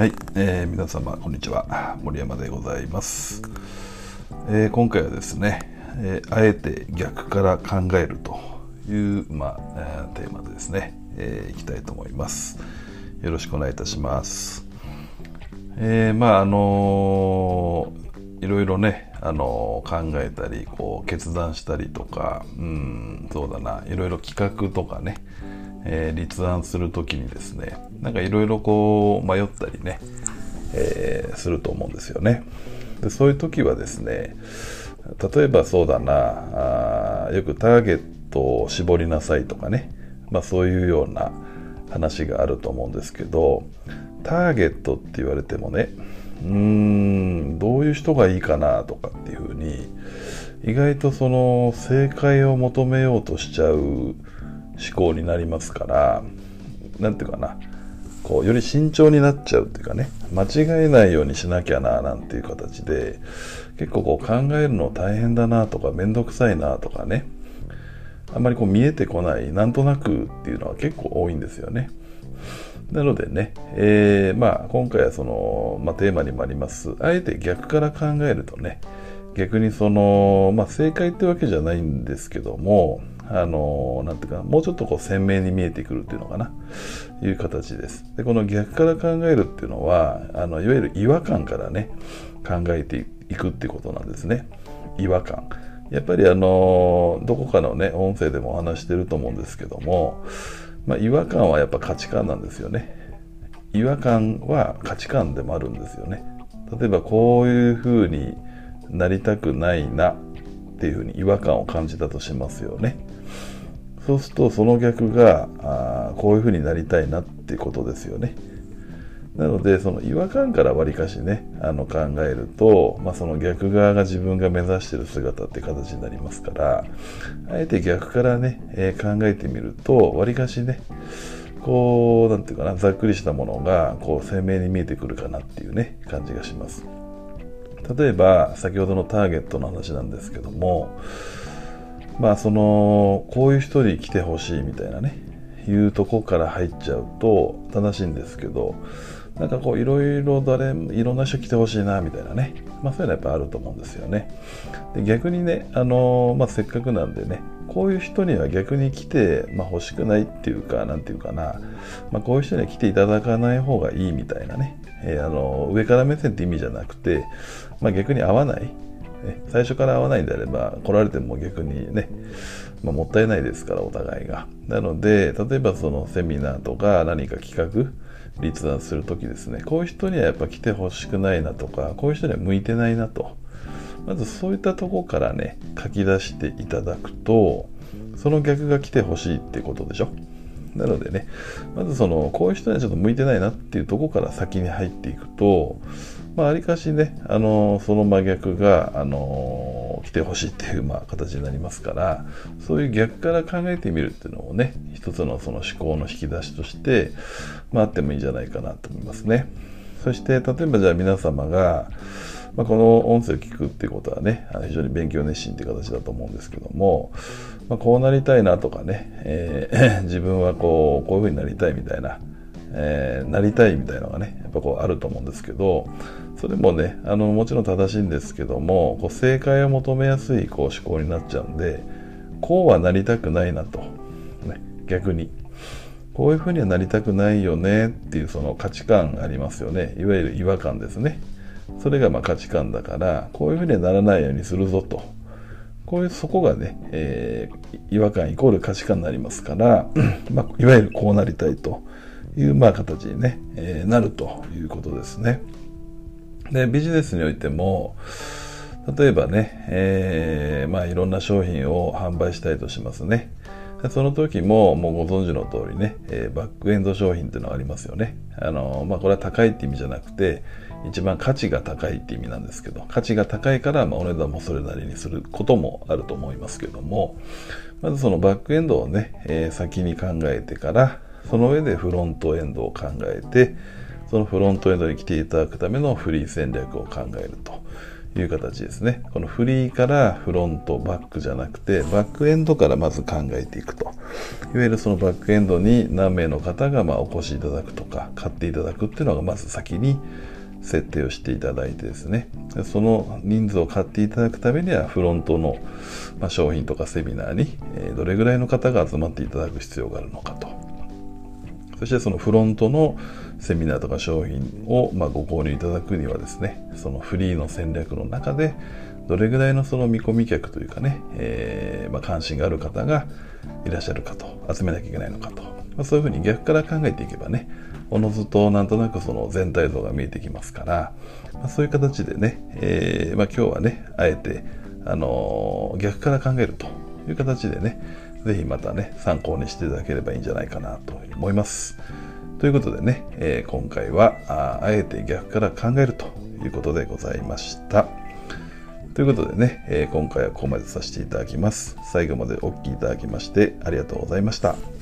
はい、皆様こんにちは、森山でございます。今回はですね、あえて逆から考えるという、テーマでですね、いきたいと思います。よろしくお願いいたします。いろいろね、考えたり決断したりとか、そうだな、いろいろ企画とかね、立案するときにですね、なんかいろいろ迷ったりね、すると思うんですよね。でそういう時はですね、例えばそうだな、よくターゲットを絞りなさいとかね、そういうような話があると思うんですけど、ターゲットって言われてもね、どういう人がいいかなとかっていうふうに、意外とその正解を求めようとしちゃう思考になりますから、なんていうかな、より慎重になっちゃうっていうかね、間違えないようにしなきゃななんていう形で、結構考えるの大変だなとか、めんどくさいなとかね、あんまり見えてこない、なんとなくっていうのは結構多いんですよね。なのでね、今回はその、テーマにもあります、あえて逆から考えるとね、逆にその、正解ってわけじゃないんですけども、なんていうか、もうちょっと鮮明に見えてくるっていうのかな、いう形です。で、この逆から考えるっていうのは、いわゆる違和感からね、考えていくっていうことなんですね。違和感。やっぱりどこかのね、音声でもお話してると思うんですけども、違和感はやっぱ価値観なんですよね。違和感は価値観でもあるんですよね。例えばこういう風になりたくないなっていう風に違和感を感じたとしますよね。そうするとその逆がこういう風になりたいなっていうことですよね。なのでその違和感からわりかしね考えると、その逆側が自分が目指している姿って形になりますから、あえて逆からね、考えてみるとわりかしね、なんていうかな、ざっくりしたものが鮮明に見えてくるかなっていうね感じがします。例えば先ほどのターゲットの話なんですけども、こういう人に来てほしいみたいなねいうとこから入っちゃうと正しいんですけど、なんかいろいろいろんな人来てほしいなみたいなね、そういうのはやっぱあると思うんですよね。で逆にね、せっかくなんでね、こういう人には逆に来て、欲しくないっていうか、なんていうかな、こういう人には来ていただかない方がいいみたいなね、上から目線って意味じゃなくて、逆に合わない、最初から合わないんであれば来られても逆にね、もったいないですから、お互いが。なので例えばそのセミナーとか何か企画立案するときですね、こういう人にはやっぱ来てほしくないなとか、こういう人には向いてないなと、まずそういったところからね書き出していただくと、その逆が来てほしいってことでしょ。なのでね、まずこういう人にはちょっと向いてないなっていうところから先に入っていくと、ありかしね、その真逆が、来てほしいっていう、形になりますから、そういう逆から考えてみるっていうのをね、一つのその思考の引き出しとして、あってもいいんじゃないかなと思いますね。そして、例えばじゃあ皆様が、この音声を聞くっていうことはね、非常に勉強熱心っていう形だと思うんですけども、こうなりたいなとかね、自分はこういうふうになりたいみたいな、なりたいみたいなのがねやっぱあると思うんですけど、それもねもちろん正しいんですけども、正解を求めやすい思考になっちゃうんで、こうはなりたくないなと、逆にこういうふうにはなりたくないよねっていうその価値観ありますよね。いわゆる違和感ですね。それが価値観だから、こういうふうにはならないようにするぞと、そこがね、違和感イコール価値観になりますからいわゆるこうなりたいという形に、ねなるということですね。でビジネスにおいても例えばね、いろんな商品を販売したいとしますね。その時ももうご存知の通りね、バックエンド商品っていうのがありますよね。これは高いって意味じゃなくて、一番価値が高いって意味なんですけど、価値が高いからお値段もそれなりにすることもあると思いますけども、まずそのバックエンドをね、先に考えてから、その上でフロントエンドを考えて、そのフロントエンドに来ていただくためのフリー戦略を考えるという形ですね。このフリーからフロントバックじゃなくて、バックエンドからまず考えていくといわゆるそのバックエンドに何名の方がお越しいただくとか買っていただくっていうのがまず先に設定をしていただいてですね、その人数を買っていただくためにはフロントの商品とかセミナーにどれぐらいの方が集まっていただく必要があるのかと、そしてそのフロントのセミナーとか商品をご購入いただくにはですね、そのフリーの戦略の中でどれぐらいのその見込み客というかね、関心がある方がいらっしゃるかと、集めなきゃいけないのかと、そういうふうに逆から考えていけばね、おのずとなんとなくその全体像が見えてきますから、そういう形でね、今日はねあえて、逆から考えるという形でね、ぜひまたね参考にしていただければいいんじゃないかなと思います。ということでね、今回はあえて逆から考えるということでございました。ということでね、今回はここまでさせていただきます。最後までお聞きいただきましてありがとうございました。